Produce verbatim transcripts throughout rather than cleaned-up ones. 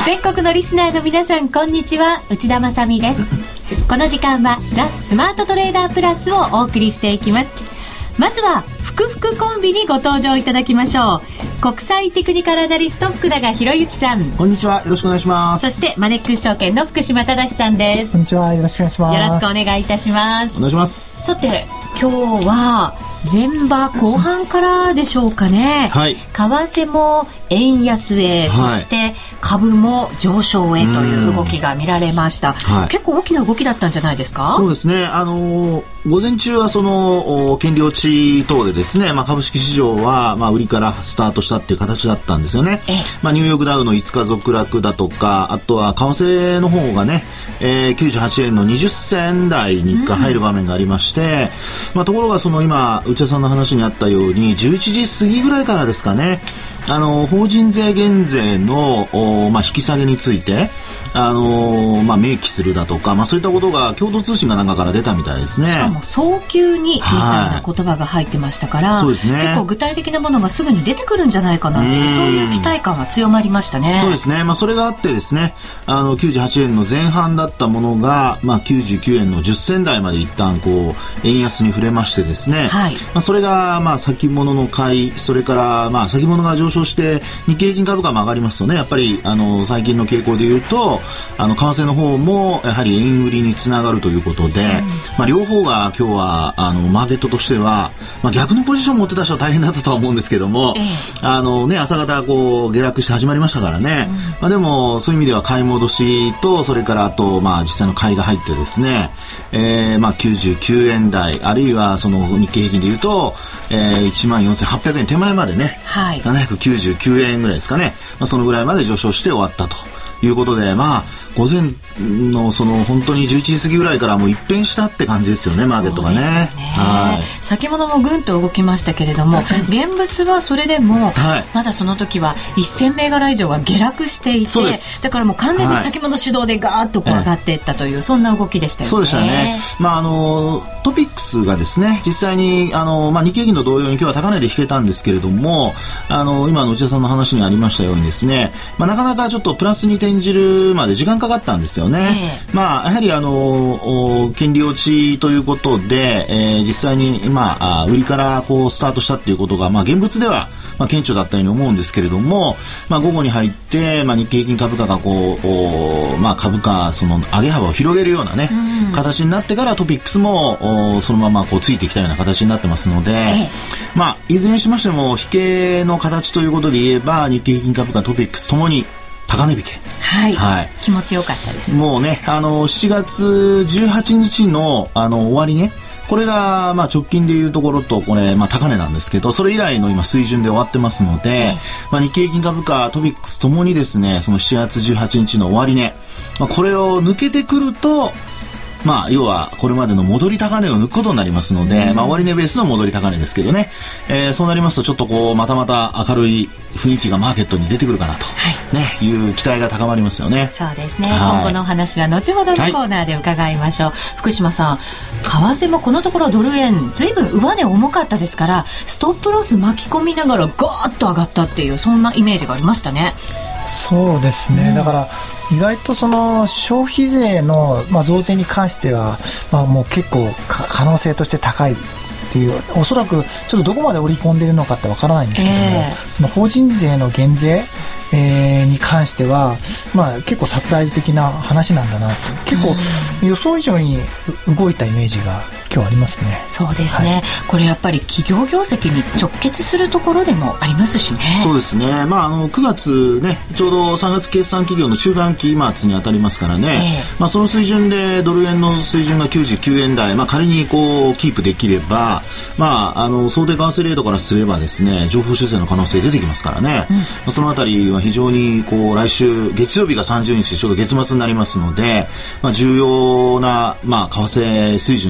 全国のリスナーの皆さん、こんにちは、内田まさみですこの時間はザ・スマートトレーダープラスをお送りしていきます。まずはふくふくコンビにご登場いただきましょう。国際テクニカルアナリスト福永博之さん、 こんにちは、よろしくお願いします。 そしてマネックス証券の福島正さんです。 こんにちは、よろしくお願いします。 よろしくお願いいたします。 お願いします。 さて、今日は前場後半からでしょうかね、はい、為替も円安へ、はい、そして株も上昇へという動きが見られました、はい、結構大きな動きだったんじゃないですか。 そうですね、あのー、午前中はその権利落ち等でですね、まあ、株式市場はまあ売りからスタートしたっていう形だったんですよね。まあ、ニューヨークダウのいつか続落だとか、あとは為替の方がね、えー、きゅうじゅうはちえんのにじゅっせん台に一回入る場面がありまして、うん、まあ、ところがその今内田さんの話にあったようにじゅういちじ過ぎぐらいからですかね、あの法人税減税の、まあ、引き下げについてあの、まあ、明記するだとか、まあ、そういったことが共同通信が中から出たみたいですね。 しかも早急にみたいな言葉が入ってましたから、はい、そうですね、結構具体的なものがすぐに出てくるんじゃないかなっていう、そういう期待感が強まりましたね。 そうですね、まあ、それがあってですね、あのきゅうじゅうはちえんの前半だったものが、まあ、きゅうじゅうきゅうえんのじゅっせん台まで一旦こう円安に触れましてですね、はい、まあ、それがまあ先物の買い、それからまあ先物が上昇して日経平均株価も上がりますとね、やっぱりあの最近の傾向でいうとあの為替の方もやはり円売りにつながるということで、うん、まあ、両方が今日はあのマーケットとしては、まあ、逆のポジションを持ってた人は大変だったとは思うんですけども、ええ、あのね、朝方こう下落して始まりましたからね、うん、まあ、でもそういう意味では買い戻しと、それからあとまあ実際の買いが入ってですね、えー、まあきゅうじゅうきゅうえん台、あるいはその日経平均でいうと、えー、いちまんよんせんはっぴゃくえん手前までね、はい、ななひゃくきゅうじゅうきゅうえんぐらいですかね、まあ、そのぐらいまで上昇して終わったということで、まあ午前のその本当にじゅういちじ過ぎぐらいからもう一変したって感じですよね、マーケットが ね, ね、 はい、先物もぐんと動きましたけれども現物はそれでも、はい、まだその時はせん銘柄以上が下落していて、だからもう完全に先物主導でガーッとこう上がっていったという、はい、そんな動きでしたよね。 そうでしたね、まあ、あのトピックスがですね、実際にあの、まあ、日経平均と同様に今日は高値で引けたんですけれども、あの今の内田さんの話にありましたようにですね、まあ、なかなかちょっとプラスに転じるまで時間かかったんですよね。えー、まあ、やはりあの権利落ちということで、えー、実際に、まあ、売りからこうスタートしたっていうことが、まあ、現物では、まあ、顕著だったように思うんですけれども、まあ、午後に入って、まあ、日経平均株価がこう、まあ、株価その上げ幅を広げるようなね、うん、形になってからトピックスもそのままこうついてきたような形になってますので、えーまあ、いずれにしましても引けの形ということで言えば日経平均株価トピックスともに高値引け、 はいはい、気持ちよかったです。 もうね、あのしちがつじゅうはちにち の, あの終わりね、これがまあ直近でいうところとこれまあ高値なんですけど、それ以来の今水準で終わってますので、はい、まあ、日経平均株価トピックスともにですね、そのしちがつじゅうはちにちの終わりね、まあ、これを抜けてくると、まあ、要はこれまでの戻り高値を抜くことになりますので、まあ、終値ベースの戻り高値ですけどね、えー、そうなりますとちょっとこうまたまた明るい雰囲気がマーケットに出てくるかなと、はいね、いう期待が高まりますよね。 そうですね、はい、今後のお話は後ほどのコーナーで伺いましょう、はい、福島さん、為替もこのところドル円ずいぶん上値重かったですから、ストップロス巻き込みながらガーッと上がったっていう、そんなイメージがありましたね。 そうですね、うん、だから意外とその消費税の、まあ、増税に関しては、まあ、もう結構可能性として高いっていう、おそらくちょっとどこまで織り込んでいるのかってわからないんですけども、えー、その法人税の減税、えー、に関しては、まあ、結構サプライズ的な話なんだなと、結構予想以上に動いたイメージが今日ありますね。 そうですね、はい、これやっぱり企業業績に直結するところでもありますしね。 そうですね、まあ、あのくがつね、ちょうどさんがつ決算企業の中間期末に当たりますからね、えーまあ、その水準でドル円の水準がきゅうじゅうきゅうえん台、まあ、仮にこうキープできれば、まあ、あの想定為替レートからすればですね、情報修正の可能性出てきますからね、うん、そのあたりは非常にこう来週月曜日がさんじゅうにちでちょうど月末になりますので、まあ、重要な、まあ、為替水準ということにな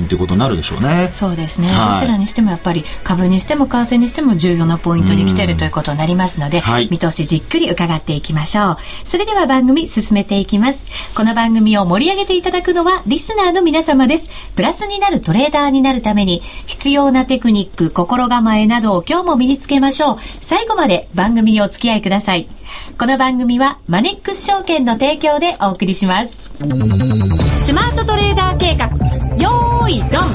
なるでしょうね。 そうですね、はい、どちらにしてもやっぱり株にしても為替にしても重要なポイントに来ているということになりますので、はい、見通しじっくり伺っていきましょう。それでは番組進めていきます。この番組を盛り上げていただくのはリスナーの皆様です。プラスになるトレーダーになるために必要なテクニック、心構えなどを今日も身につけましょう。最後まで番組にお付き合いください。この番組はマネックス証券の提供でお送りします。スマートトレーダー計画、よーいドン。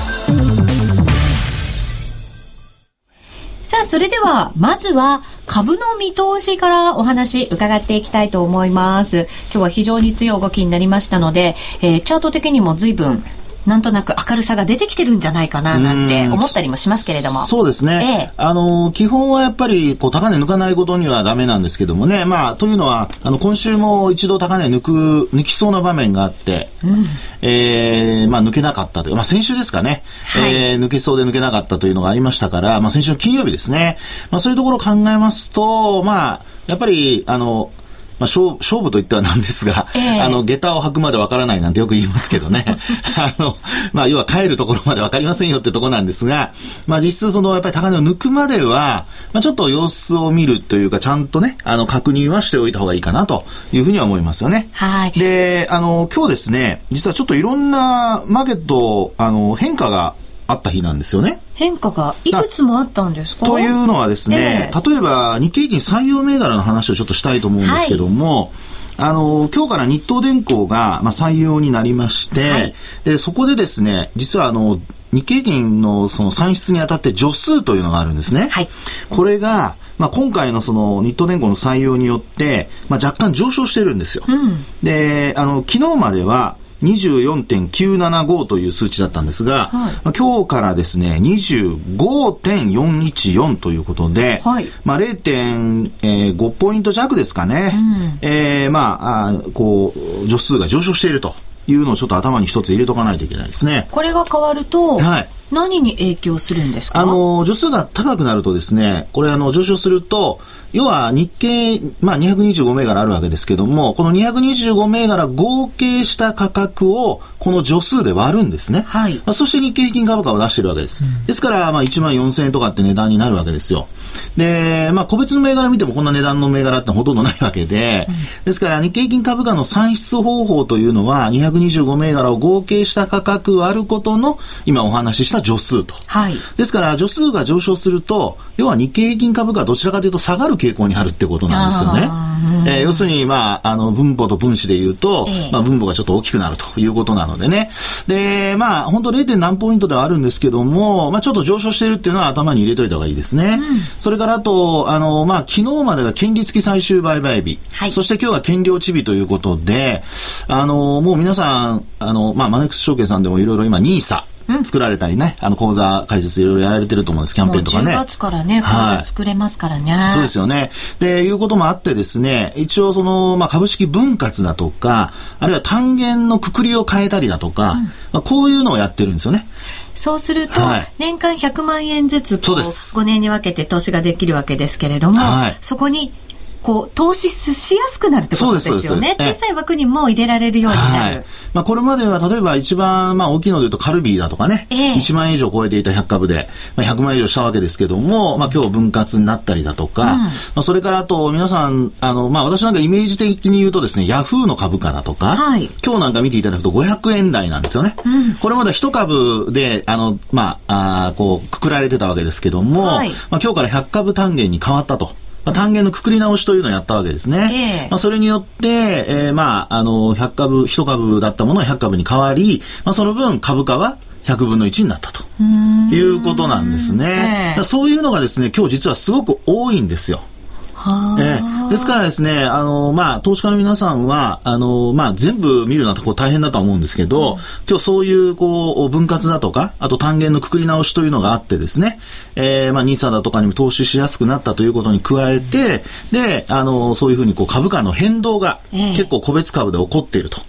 さあ、それではまずは株の見通しからお話伺っていきたいと思います。今日は非常に強い動きになりましたので、えー、チャート的にも随分なんとなく明るさが出てきてるんじゃないかななんて思ったりもしますけれども。 そうですね、ええ、あの基本はやっぱりこう高値抜かないことにはダメなんですけどもね、まあというのはあの今週も一度高値抜く抜きそうな場面があって、うん、えー、まあ抜けなかったという、まあ先週ですかね、はい、えー、抜けそうで抜けなかったというのがありましたから、まあ先週の金曜日ですね、まあそういうところを考えますと、まあやっぱりあのまあ、勝, 勝負といってはなんですが、えー、あの下駄を履くまでわからないなんてよく言いますけどねあの、まあ、要は帰るところまでわかりませんよってところなんですが、まあ、実質そのやっぱり高値を抜くまでは、まあ、ちょっと様子を見るというかちゃんとねあの確認はしておいた方がいいかなというふうには思いますよね。 はい。 で、あの今日ですね、実はちょっといろんなマーケットあの変化があった日なんですよね。 変化がいくつもあったんですか？ というのはですね、えー、例えば日経平均採用銘柄の話をちょっとしたいと思うんですけども、はい、あの今日から日東電工が、まあ、採用になりまして、はい、でそこでですね、実はあの日経平均のその算出にあたって助数というのがあるんですね。はい、これがまあ、今回のその日東電工の採用によって、まあ、若干上昇してるんですよ。うん、で、あの昨日まではにじゅうよんてんきゅうななご という数値だったんですが、はい、まあ、今日からですね にじゅうごてんよんいちよん ということで、はい、まあ、れいてんご ポイント弱ですかね、うん、えー、まあ、あこう助数が上昇しているというのをちょっと頭に一つ入れとかないといけないですね。 これが変わると、はい、何に影響するんですか？ あの助数が高くなるとですね、これあの上昇すると、要は日経、まあ、にひゃくにじゅうご銘柄あるわけですけども、このにひゃくにじゅうご銘柄合計した価格をこの助数で割るんですね。はい。まあ、そして日経平均株価を出しているわけです。うん、ですから、まあ、いちまんよんせんえんとかって値段になるわけですよ。で、まあ、個別の銘柄見てもこんな値段の銘柄ってほとんどないわけで、うん、ですから日経平均株価の算出方法というのは、にひゃくにじゅうご銘柄を合計した価格割ることの今お話しした助数と。はい。ですから助数が上昇すると、要は日経平均株価はどちらかというと下がる傾向にあるってことなんですよね。えー、要するに、まあ、あの分母と分子で言うと、えーまあ、分母がちょっと大きくなるということなのでね。で、まあ本当 れいてん 何ポイントではあるんですけども、まあ、ちょっと上昇しているっていうのは頭に入れといた方がいいですね。うん、それからあとあの、まあ、昨日までが権利付き最終売買日、はい、そして今日が権利落ち日ということで、あのもう皆さんあの、まあ、マネックス証券さんでもいろいろ今ニーサ作られたりね、あの講座解説いろいろやられてると思うんです。キャンペーンとかね。もうじゅうがつからね、講座作れますからね。はい、 そうですよね。で、いうこともあってですね、一応その、まあ、株式分割だとか、あるいは単元の括りを変えたりだとか、うん、まあ、こういうのをやってるんですよね。 そうすると、はい、年間ひゃくまんえんずつこうごねんに分けて投資ができるわけですけれども、はい、そこにこう投資しやすくなるってことですよね。小さい枠にも入れられるようになる。はい、 まあ、これまでは例えば一番まあ大きいので言うとカルビーだとかね、えー、いちまんえん以上超えていたひゃくかぶで、まあ、ひゃくまんえん以上したわけですけども、まあ、今日分割になったりだとか、うん、まあ、それからあと皆さんあの、まあ、私なんかイメージ的に言うとですね、ヤフーの株価だとか、はい、今日なんか見ていただくとごひゃくえん台なんですよね。うん、これまで一株であの、まあ、あこうくくられてたわけですけども、はい、まあ、今日からひゃくかぶ単元に変わったと。まあ、単元のくくり直しというのをやったわけですね。えーまあ、それによって、えー、まあ、あの、ひゃくかぶ、いちかぶだったものがひゃくかぶに変わり、まあ、その分株価はひゃくぶんのいちになったということなんですね。えー、そういうのがですね、今日実はすごく多いんですよ。えー、ですからですね、あの、まあ、投資家の皆さんは、あの、まあ、全部見るのはこう大変だとは思うんですけど、うん、今日そういう、こう、分割だとか、あと単元のくくり直しというのがあってですね、えー、まあ、ニーサだとかにも投資しやすくなったということに加えて、で、あの、そういうふうにこう株価の変動が結構個別株で起こっていると。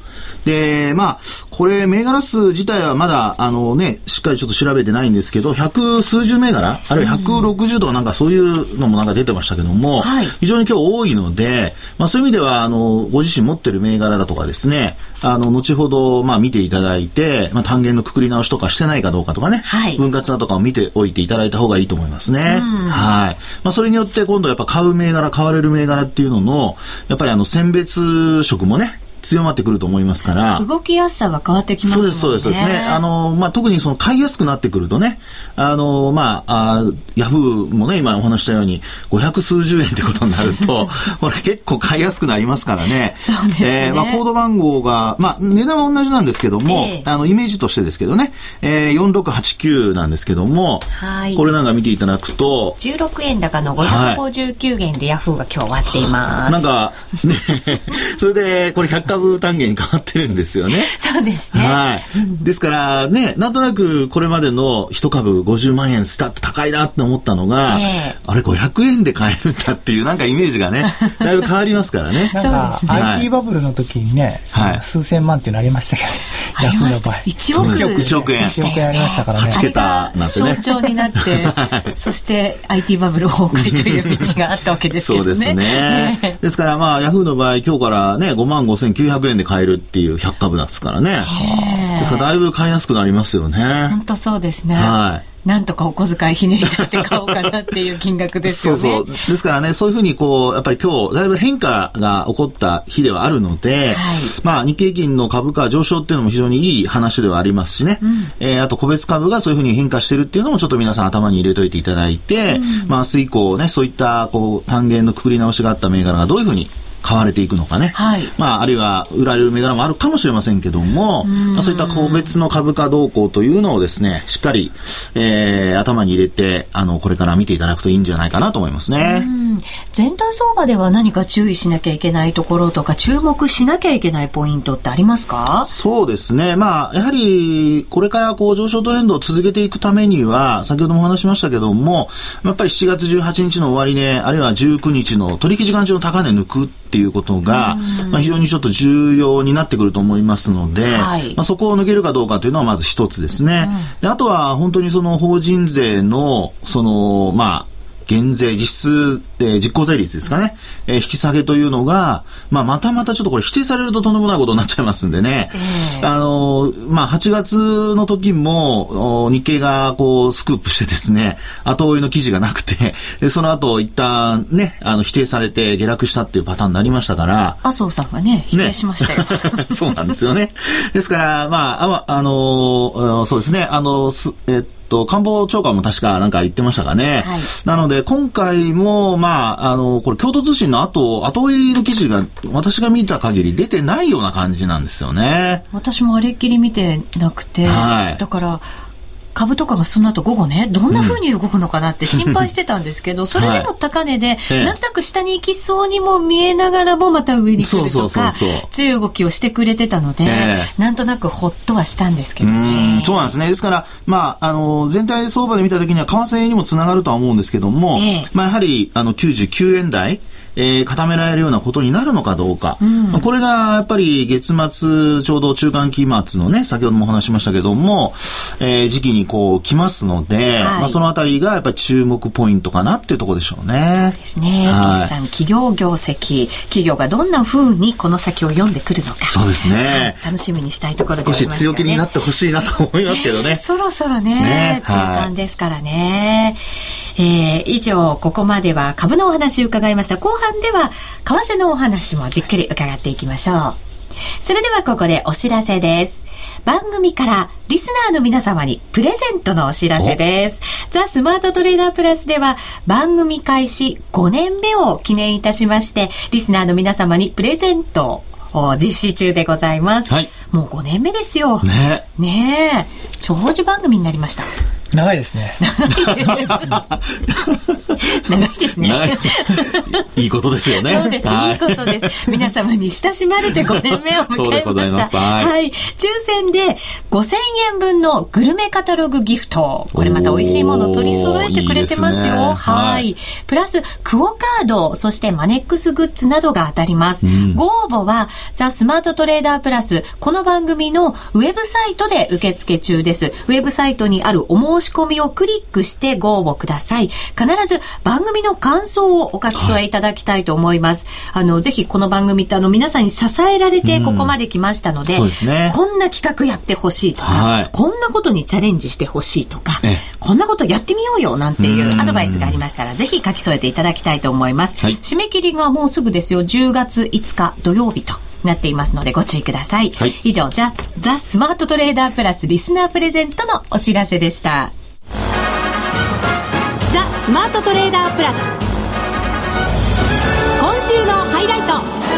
で、まあ、これ、銘柄数自体はまだ、あのね、しっかりちょっと調べてないんですけど、百数十銘柄、あるいはひゃくろくじゅうとかなんかそういうのもなんか出てましたけども、はい、非常に今日多いので、まあそういう意味では、あの、ご自身持ってる銘柄だとかですね、あの、後ほど、まあ見ていただいて、まあ単元のくくり直しとかしてないかどうかとかね、はい、分割だとかを見ておいていただいた方がいいと思いますね。はい。まあそれによって今度やっぱ買う銘柄、買われる銘柄っていうのの、やっぱりあの、選別色もね、強まってくると思いますから。 動きやすさが変わってきますもんね。 そうです、そうです、そうですね。あの、まあ、特にその買いやすくなってくるとね、あの、まあ、あヤフーもね、今お話したように、ごひゃく数十円ってことになると、これ結構買いやすくなりますからね。 そうですね。 えー、まあ、コード番号が、まあ、値段は同じなんですけども、えー、あの、イメージとしてですけどね、えー、よんろくはちきゅうなんですけども、はい。これなんか見ていただくと、 じゅうろくえん高のごひゃくごじゅうきゅうえんでヤフーが今日終わっています。 なんか、ね、それで、これひゃくかぶ単元に変わってるんですよね。 そうですね。 はい。ですからね、なんとなくこれまでの一株ごじゅうまんえんスタッと高いなって思ったのが、えー、あれごひゃくえんで買えるんだっていうなんかイメージがね、だいぶ変わりますからね。 なんか、ね、アイティー バブルの時にね、はい、数千万っていうのありましたけど、ヤフーの場合。 いちおく。 いちおくえん。 いちおくえんありましたからね。 はち桁なんてね。 象徴になって、そして アイティー バブル崩壊という道があったわけですけどね。 そうですね。ですからまあ、ヤフーの場合、今日からね、ごまんごせんきゅうひゃくえんで買えるっていうひゃくかぶですからね。ですからだいぶ買いやすくなりますよね。 本当そうですね。はい。なんとかお小遣いひねり出して買おうかなっていう金額ですよね。 そうそう。ですからね、そういうふうにこう、やっぱり今日、だいぶ変化が起こった日ではあるので、はい、まあ日経平均の株価上昇っていうのも非常にいい話ではありますしね、うん、えー、あと個別株がそういうふうに変化してるっていうのもちょっと皆さん頭に入れといていただいて、うん、まあ明日以降ね、そういったこう、単元のくくり直しがあった銘柄がどういうふうに買われていくのかね、はい、まあ、あるいは売られる銘柄もあるかもしれませんけども、まあ、そういった個別の株価動向というのをですね、しっかり、えー、頭に入れてあのこれから見ていただくといいんじゃないかなと思いますね。 うん、全体相場では何か注意しなきゃいけないところとか注目しなきゃいけないポイントってありますか？ そうですね、まあ、やはりこれからこう上昇トレンドを続けていくためには先ほどもお話しましたけども、やっぱりしちがつじゅうはちにちの終値、あるいはじゅうくにちの取引時間中の高値抜くっていうことが、まあ、非常にちょっと重要になってくると思いますので、はい、まあ、そこを抜けるかどうかというのはまず一つですね。うん、であとは本当にその法人税のそのまあ減税実質、えー、実効税率ですかね、えー、引き下げというのが、まあ、またまたちょっとこれ否定されるととんでもないことになっちゃいますんでね、えー、あのまあ、はちがつの時も日経がこうスクープしてですね、後追いの記事がなくて、でその後一旦ね、あの否定されて下落したっていうパターンになりましたから、 麻生さんがね否定しましたよ、 ね、そうなんですよね。ですからまあ、あ、あのそうですね、あのえっと官房長官も確かなんか言ってましたかね、はい、なので今回もまああのこれ共同通信の後後追いの記事が私が見た限り出てないような感じなんですよね。 私もあれっきり見てなくて、はい、だから株とかがその後午後ね、どんな風に動くのかなって心配してたんですけど、うん、それでも高値で、はい、なんとなく下に行きそうにも見えながらもまた上に来るとか強い動きをしてくれてたので、えー、なんとなくほっとはしたんですけどね。 うん、そうなんですね。ですから、まあ、あの全体相場で見たときには為替にもつながるとは思うんですけども、えーまあ、やはりあのきゅうじゅうきゅうえん台えー、固められるようなことになるのかどうか、うんまあ、これがやっぱり月末ちょうど中間期末のね、先ほどもお話しましたけども、えー、時期にこう来ますので、はい、まあ、そのあたりがやっぱり注目ポイントかなっていうところでしょうね。 そうですね、はい、決算、企業業績、企業がどんな風にこの先を読んでくるのか、 そうですね、 はい、楽しみにしたいところでありますよね。 少し強気になってほしいなと思いますけどね、えー、 そろそろ ね, ね中間ですからね、はい、えー、以上ここまでは株のお話を伺いました。後半では為替のお話もじっくり伺っていきましょう。それではここでお知らせです。番組からリスナーの皆様にプレゼントのお知らせです。ザ・スマートトレーダープラスでは番組開始ごねんめを記念いたしまして、リスナーの皆様にプレゼントを実施中でございます。はい、もうごねんめですよ。ねえ。ねえ。長寿番組になりました。 長いですね。長いです。 長いですね。長いいいことですよね。 そうです、はい、いいことです。皆様に親しまれてごねんめを迎えました。そうでございます。はい。はい、抽選でごせんえんぶんのグルメカタログギフト。これまた美味しいものを取り揃えてくれてますよ。いいですね、はい。はい。プラス、クオカード、そしてマネックスグッズなどが当たります。うん、ご応募は、ザ・スマートトレーダープラス、この番組のウェブサイトで受付中です。ウェブサイトにあるお申し込みをクリックしてご応募ください。必ず番組の感想をお書き添えいただきたいと思います。はい、あの、ぜひこの番組ってあの皆さんに支えられてここまで来ましたので、うん、そうですね、こんな企画やってほしいとか、はい、こんなことにチャレンジしてほしいとか、こんなことやってみようよなんていうアドバイスがありましたら、ぜひ書き添えていただきたいと思います。はい、締め切りがもうすぐですよ。じゅうがついつか土曜日となっていますのでご注意ください。はい、以上、ザ・ザ・スマートトレーダープラスリスナープレゼントのお知らせでした。ザ・スマートトレーダープラス、今週のハイライト。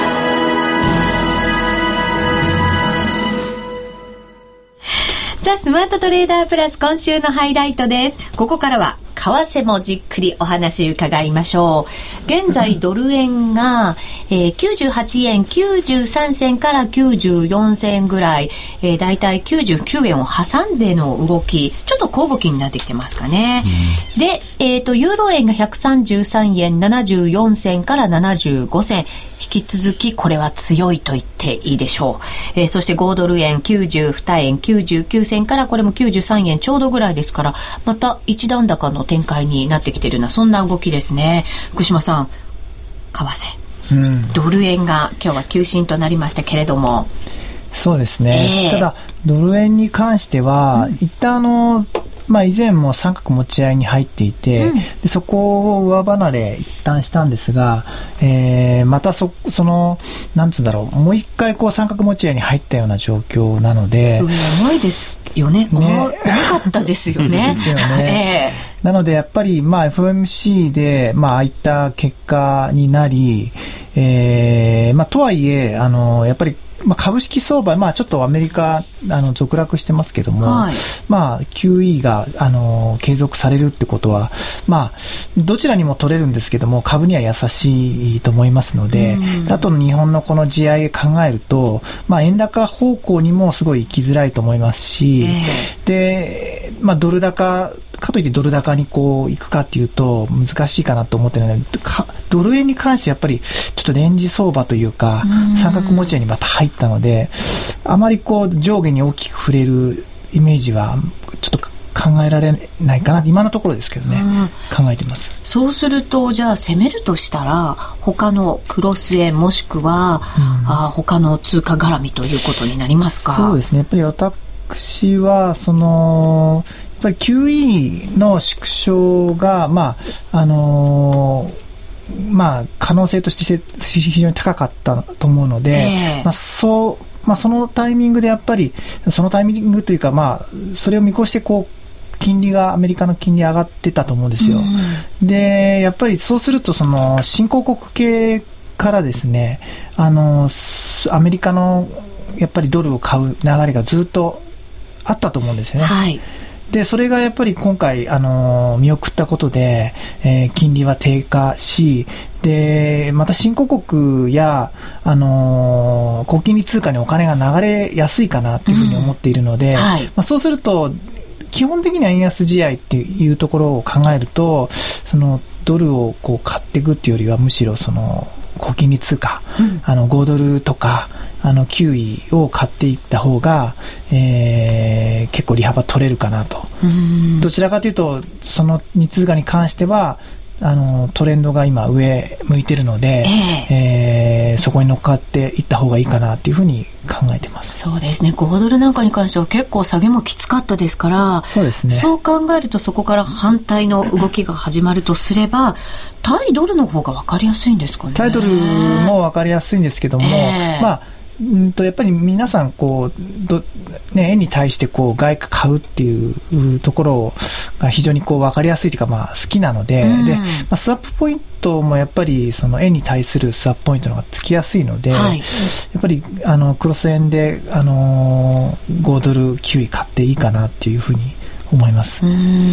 ザ・スマートトレーダープラス、今週のハイライトです。ここからは為替もじっくりお話伺いましょう。現在ドル円が、えー、きゅうじゅうはちえんきゅうじゅうさんせんからきゅうじゅうよんせんぐらい、えー、だいたいきゅうじゅうきゅうえんを挟んでの動き、ちょっと小動きになってきてますかね。うん、で、えーと、ユーロ円がひゃくさんじゅうさんえんななじゅうよんせんからななじゅうごせん、引き続きこれは強いと言っていいでしょう。えー、そしてごドル円きゅうじゅうにえんきゅうじゅうきゅうせんからこれもきゅうじゅうさんえんちょうどぐらいですから、また一段高の展開になってきているような、そんな動きですね。福島さん、為替、うん、ドル円が今日は急進となりましたけれども。 そうですね、えー、ただドル円に関しては、うん、一旦あのまあ、以前も三角持ち合いに入っていて、うん、でそこを上離れ一旦したんですが、えー、またそそのなんつうんだろう、もう一回こう三角持ち合いに入ったような状況なので、 重いですよね。ね、重かったですよね。 ですよね。えー、なのでやっぱりまあ エフオーエムシー でまあああいった結果になり、えー、まあとはいえあのやっぱりまあ、株式相場、まあ、ちょっとアメリカあの続落してますけども、はい、まあ、キューイー があの継続されるってことは、まあ、どちらにも取れるんですけども株には優しいと思いますので、うん、あとの日本のこの地合い考えると、まあ、円高方向にもすごい行きづらいと思いますし、えー、で、まあ、ドル高かといってドル高にこう行くかっていうと難しいかなと思ってるので、ドル円に関してやっぱりちょっとレンジ相場というか三角持ち合いにまた入ったので、あまりこう上下に大きく触れるイメージはちょっと考えられないかな、今のところですけどね、考えてます。 そうするとじゃあ攻めるとしたら他のクロス円もしくは、うん、あ他の通貨絡みということになりますか？ そうですね、やっぱり私はそのやっぱり キューイー の縮小が、まああのーまあ、可能性として非常に高かったと思うので、えーまあそうまあ、そのタイミングでやっぱりそのタイミングというか、まあ、それを見越してこう金利がアメリカの金利上がってたと思うんですよ。うん、でやっぱりそうするとその新興国系からですね、あのアメリカのやっぱりドルを買う流れがずっとあったと思うんですよね。はい、でそれがやっぱり今回、あのー、見送ったことで、えー、金利は低下し、でまた新興国や、あのー、高金利通貨にお金が流れやすいかなというふうに思っているので、うんはいまあ、そうすると基本的には円安試合っていうところを考えると、そのドルをこう買っていくっていうよりはむしろその高金利通貨、うん、あのごドルとかあのキューイーを買っていった方が、えー、結構利幅取れるかなと。どちらかというとそのに通貨に関してはあのトレンドが今上向いてるので、えーえー、そこに乗っかっていった方がいいかなっていうふうに考えてます。 そうですね、ごドルなんかに関しては結構下げもきつかったですから、 そうですね、 そう考えるとそこから反対の動きが始まるとすれば対ドルの方が分かりやすいんですかね。 対ドルも分かりやすいんですけども、えー、まあうんとやっぱり皆さんこうど、ね、円に対してこう外貨買うっていうところが非常にこう分かりやすいというか、まあ、好きなので、うんでまあ、スワップポイントもやっぱりその円に対するスワップポイントの方がつきやすいので、はい、やっぱりあのクロス円で、あのー、ごドルキューイー買っていいかなっていうふうに思います。 うん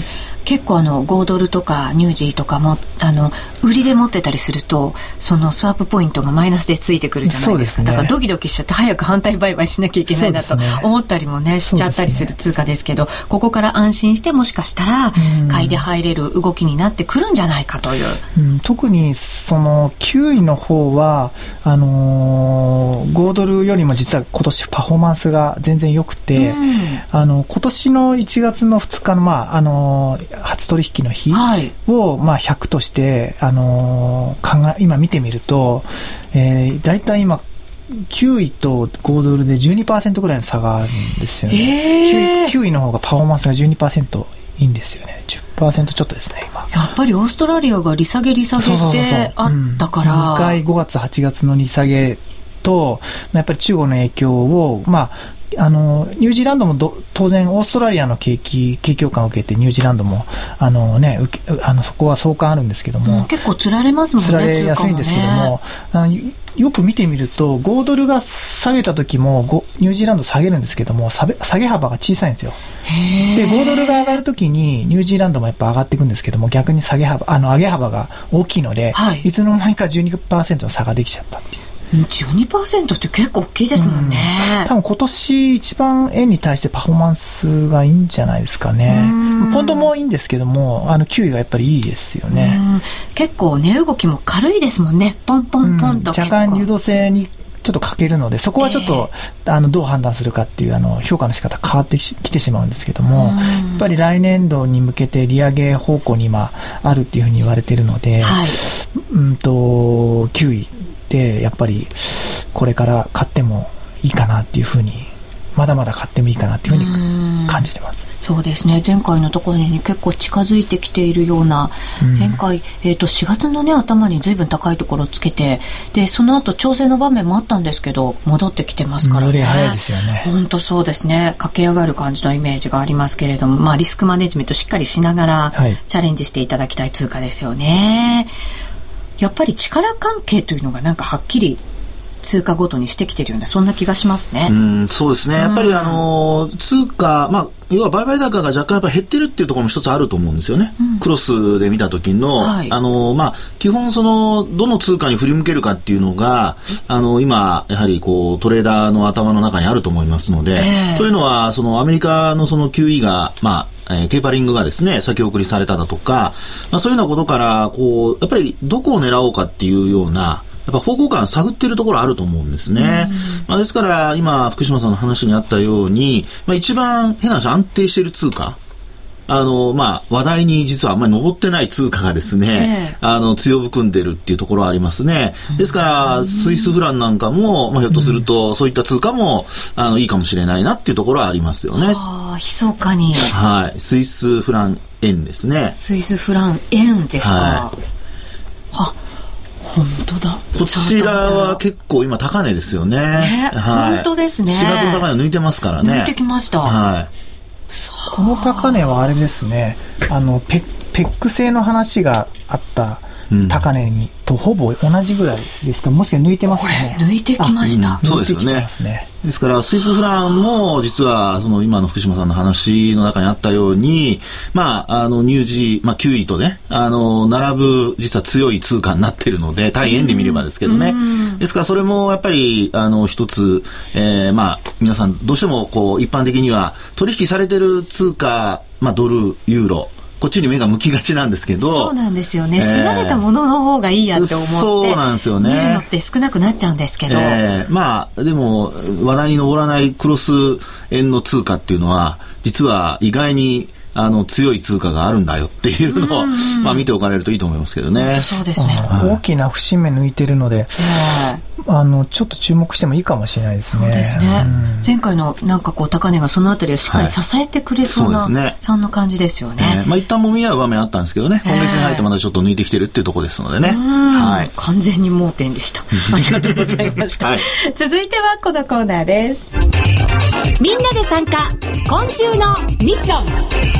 結構あのごドルとかニュージーとかもあの売りで持ってたりするとそのスワップポイントがマイナスでついてくるじゃないですか。 そうですね、 だからドキドキしちゃって早く反対売買しなきゃいけないなと思ったりもねしちゃったりする通貨ですけど、ここから安心してもしかしたら買いで入れる動きになってくるんじゃないかという、 うん、特にそのきゅういの方はあのー、ごドルよりも実は今年パフォーマンスが全然良くて、うん、あの今年のいちがつのふつかの、まああのー、初取引の日を、はいまあ、ひゃくとして、あのー、考え今見てみると、えー、だいたい今きゅういとごドルで じゅうにパーセント ぐらいの差があるんですよね、えー、きゅういの方がパフォーマンスが じゅうにパーセント いいんですよね。 じゅっパーセント ちょっとですね今。 やっぱりオーストラリアが利下げ利下げってあったから、 にかいごがつはちがつの利下げとやっぱり中国の影響を、まああのニュージーランドもど当然オーストラリアの景気景況感を受けてニュージーランドもあの、ね、受けあのそこは相関あるんですけども、 うん、結構つられますもんね。 つられやすいんですけども、あのよく見てみるとごドルが下げた時もニュージーランド下げるんですけども下げ幅が小さいんですよ。でごドルが上がる時にニュージーランドもやっぱ上がっていくんですけども、逆に下げ幅あの上げ幅が大きいので、はい、いつの間にか じゅうにパーセント の差ができちゃったっていう。 じゅうにパーセント って結構大きいですもんね、 うん、多分今年一番円に対してパフォーマンスがいいんじゃないですかね。ポンドもいいんですけどもあのきゅういがやっぱりいいですよね。 結構値動きも軽いですもんね。ポンポンポンと、 うん、若干流動性にちょっと欠けるのでそこはちょっと、えー、あのどう判断するかっていうあの評価の仕方変わってきてしまうんですけども、やっぱり来年度に向けて利上げ方向に今あるっていうふうに言われているので、はい、うんときゅういでやっぱりこれから買ってもいいかなっていうふうにまだまだ買ってもいいかなっていうふうに感じてます。 そうですね、前回のところに結構近づいてきているような、うん、前回、えーと、しがつの、ね、頭に随分高いところをつけてでその後調整の場面もあったんですけど戻ってきてますからね。 より早いですよね。 本当そうですね、駆け上がる感じのイメージがありますけれども、まあ、リスクマネジメントしっかりしながら、はい、チャレンジしていただきたい通貨ですよね。やっぱり力関係というのがなんかはっきり通貨ごとにしてきてるようなそんな気がしますね。 うん、そうですね、やっぱりあの通貨、まあ、要は売買高が若干やっぱ減ってるっていうところも一つあると思うんですよね、うん、クロスで見た時の、はい、あのまあ、基本そのどの通貨に振り向けるかっていうのがあの今やはりこうトレーダーの頭の中にあると思いますので、えー、というのはそのアメリカのその キューイー がまあえー、テーパリングがですね先送りされただとか、まあ、そういうようなことからこうやっぱりどこを狙おうかっていうようなやっぱ方向感を探っているところあると思うんですね、まあ、ですから今福島さんの話にあったように、まあ、一番変な話安定している通貨あのまあ、話題に実はあんまり上ってない通貨がですね、えー、あの強含んでるっていうところはありますね。ですからスイスフランなんかも、まあ、ひょっとするとそういった通貨もあのいいかもしれないなっていうところはありますよね。 あ、密かに、 はい、スイスフラン円ですね。 スイスフラン円ですか、はい、あ、本当だ。 こちらは結構今高値ですよね、 ね、はい、本当ですね。 しがつの高値抜いてますからね。 抜いてきました、 はい。 この高値はあれですね、あの ペ, ペック製の話があった高値に、うん、とほぼ同じぐらいですか。もしか抜いてますね。 これ抜いてきました、 うん、そうですよね。ですからスイスフランも実はその今の福島さんの話の中にあったように、まあ、あのニュージー、まあ、キューイーとねあの並ぶ実は強い通貨になっているので対円で見ればですけどね、うん、ですからそれもやっぱりあの一つ、えー、まあ皆さんどうしてもこう一般的には取引されている通貨、まあ、ドルユーロこっちに目が向きがちなんですけど、 そうなんですよね、えー、知られたものの方がいいやって思ってそうなんですよね、 見るのって少なくなっちゃうんですけど、 えー、まあでも話題に上らないクロス円の通貨っていうのは実は意外にあの強い通貨があるんだよっていうのを、うんうん、まあ、見ておかれるといいと思いますけどね。 そうですね、 うん、大きな節目抜いてるので、うん、あのちょっと注目してもいいかもしれないですね。 そうですね、うん、前回のなんかこう高値がそのあたりをしっかり支えてくれそうな、はい、そうですね、そんな感じですよね、 えーまあ、一旦もみ合う場面あったんですけどね、今月に入ってまだちょっと抜いてきてるっていうところですのでね、 はい、完全に盲点でしたありがとうございました、はい、続いてはこのコーナーです。みんなで参加、今週のミッション。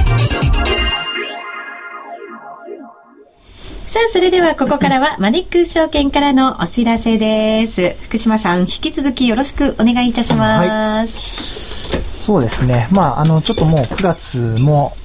さあ、それではここからはマネックス証券からのお知らせです。福島さん、引き続きよろしくお願いいたします。 はい、そうですね、まあ、あのちょっともうくがつも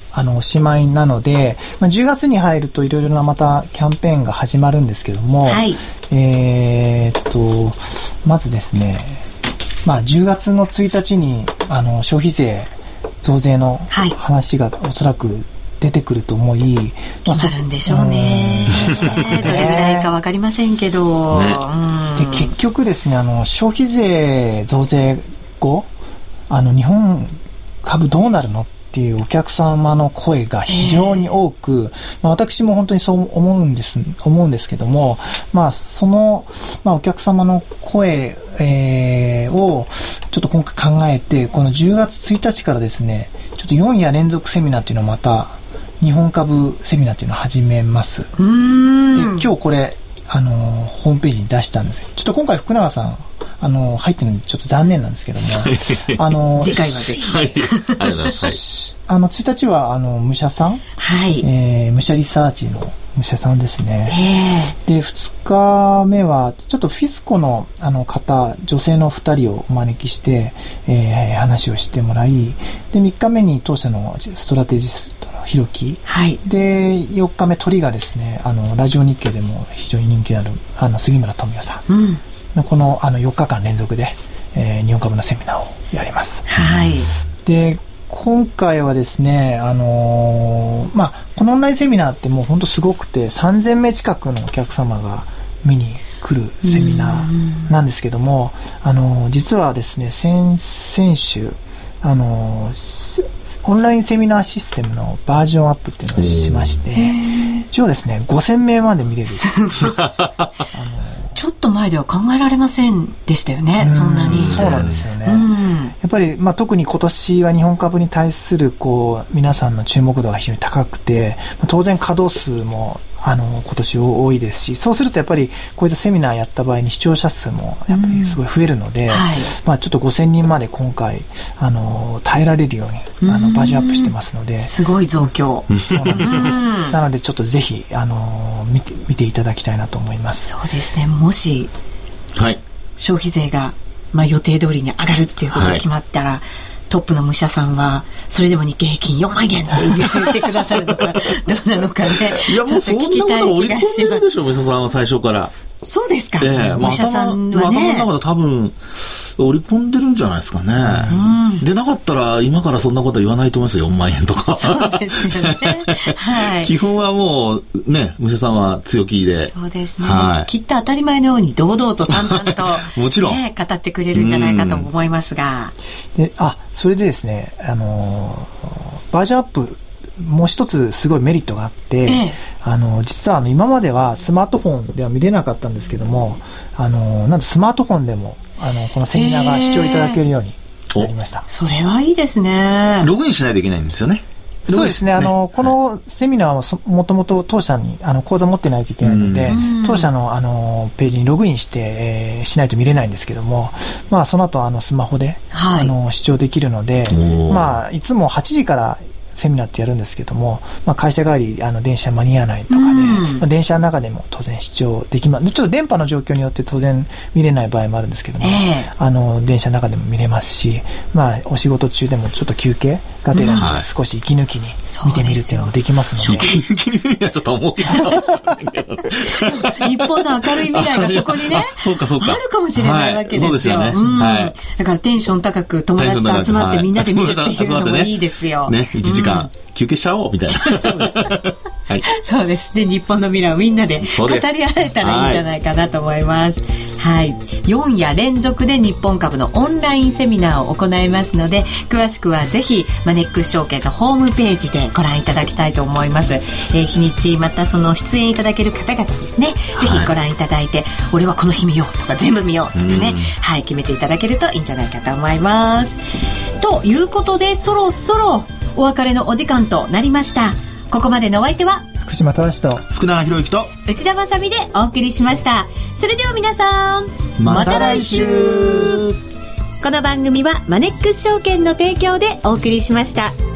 あのおしまいなので、まあ、じゅうがつに入るといろいろなまたキャンペーンが始まるんですけども、はい、えー、っとまずですね、まあ、じゅうがつのついたちにあの消費税増税の話がおそらく出てくると思い、 まあ、決まるんでしょうね。どれぐらいか分かりませんけど、ね、 で結局ですね、あの消費税増税後、あの日本株どうなるのっていうお客様の声が非常に多く、まあ、私も本当にそう思うんです思うんですけども、まあ、その、まあ、お客様の声、えー、をちょっと今回考えて、このじゅうがつついたちからですね、ちょっとよん夜連続セミナーっていうのをまた日本株セミナーっていうのを始めます。 うーん、 で今日これあのホームページに出したんですけど、ちょっと今回福永さんあの入ってるのでちょっと残念なんですけどもあの次回はぜひ、はい、ありがとうございます。あのついたちはあの武者さん、 はい、 えー、武者リサーチの武者さんですね。でふつかめはちょっとフィスコのあの方、女性のふたりをお招きして、えー、話をしてもらい、でみっかめに当社のストラテジストのひろき、 はい、 でよっかめ鳥がですね、あのラジオ日経でも非常に人気のあるあの杉村富代さん、うんこの、あのよっかかん連続で、えー、日本株のセミナーをやります。 はい。 で今回はですね、あのーまあ、このオンラインセミナーってもう本当すごくてさんぜんめい近くのお客様が見に来るセミナーなんですけども、あのー、実はですね、先々週あのー、オンラインセミナーシステムのバージョンアップっていうのをしまして、一応ですねごせんめいまで見れるあのちょっと前では考えられませんでしたよね、そんなに。 そうなんですよね。やっぱり、まあ、特に今年は日本株に対するこう皆さんの注目度が非常に高くて、まあ、当然稼働数もあの今年多いですし、そうするとやっぱりこういったセミナーやった場合に視聴者数もやっぱりすごい増えるので、はい、まあ、ちょっとごせんにんまで今回あの耐えられるようにあのバージョンアップしてますので、 すごい増強。 そうなんですよなのでちょっとぜひあの見て、見ていただきたいなと思います。 そうですね、もし、はい、消費税が、まあ、予定通りに上がるっていうことが決まったら、はい、トップの武者さんはそれでも日経平均よんまんえんって言ってくださるのかどうなのかね。 いやもうそんなこと織り込んでるでしょ、武者さんは最初から。 そうですか。 ええ、 武者さんはね、 頭の中で多分織り込んでるんじゃないですかね。うん、でなかったら今からそんなことは言わないと思いますよ、よんまんえんとか。 そうですよね。はい。 基本はもうね、武者さんは強気で。 そうですね。はい、きっと当たり前のように堂々と淡々と、 もちろん、 ね、語ってくれるんじゃないかと思いますが。 で、あ、それでですね、あのー、バージョンアップもう一つすごいメリットがあって、ええ、あの実はあの今まではスマートフォンでは見れなかったんですけども、あのなんとスマートフォンでもあのこのセミナーが視聴いただけるようになりました。 それはいいですね。 ログインしないといけないんですよね。 そうですね、あのこのセミナーはもともと当社にあの口座持ってないといけないので、当社のあのページにログインして、えー、しないと見れないんですけども、まあ、その後あのスマホで、はい、あの視聴できるので、まあ、いつもはちじからセミナーってやるんですけども、まあ、会社帰りあの電車間に合わないとかで、まあ、電車の中でも当然視聴できます。ちょっと電波の状況によって当然見れない場合もあるんですけども、えー、あの電車の中でも見れますし、まあ、お仕事中でもちょっと休憩がてらに少し息抜きに見てみるっていうのもできますので、 息抜きに見るにはちょっと思うけど日本の明るい未来がそこにねそうかそうかあるかもしれないわけですよ。はい、そうですよね。うん、はい、だからテンション高く友達と集まってみんなで見るっていうのもいいですよ。 ね、いちじかん、うん、休憩しちゃおうみたいなはい、そうですね。日本の未来をみんなで語り合えたらいいんじゃないかなと思います。はい、よん夜連続で日本株のオンラインセミナーを行いますので、詳しくはぜひマネックス証券のホームページでご覧いただきたいと思います。えー、日にちまたその出演いただける方々ですね、ぜひご覧いただいて、はい、俺はこの日見ようとか全部見ようとかね、はい、決めていただけるといいんじゃないかと思います。ということで、そろそろお別れのお時間となりました。ここまでのお相手は福島正と福永博之と内田まさみでお送りしました。それでは皆さん、 また来週。 この番組はマネックス証券の提供でお送りしました。